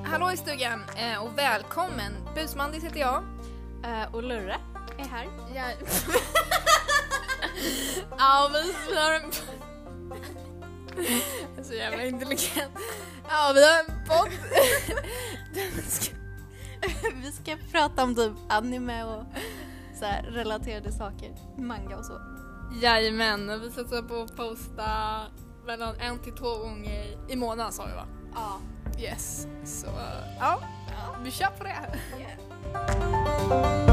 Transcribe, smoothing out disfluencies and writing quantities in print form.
Hallå i stugan och välkommen. Busmandis heter jag. Och Lurre är här. Ja, ja vi har en... Så jävla intelligent. Ja, vi har en podd. Vi ska prata om typ anime och så här relaterade saker, manga och så. Jajamän, och vi satsar på att posta mellan 1 till 2 gånger i månaden, sa vi, va? Ja. Yes, så ja, vi kör på det. Yeah.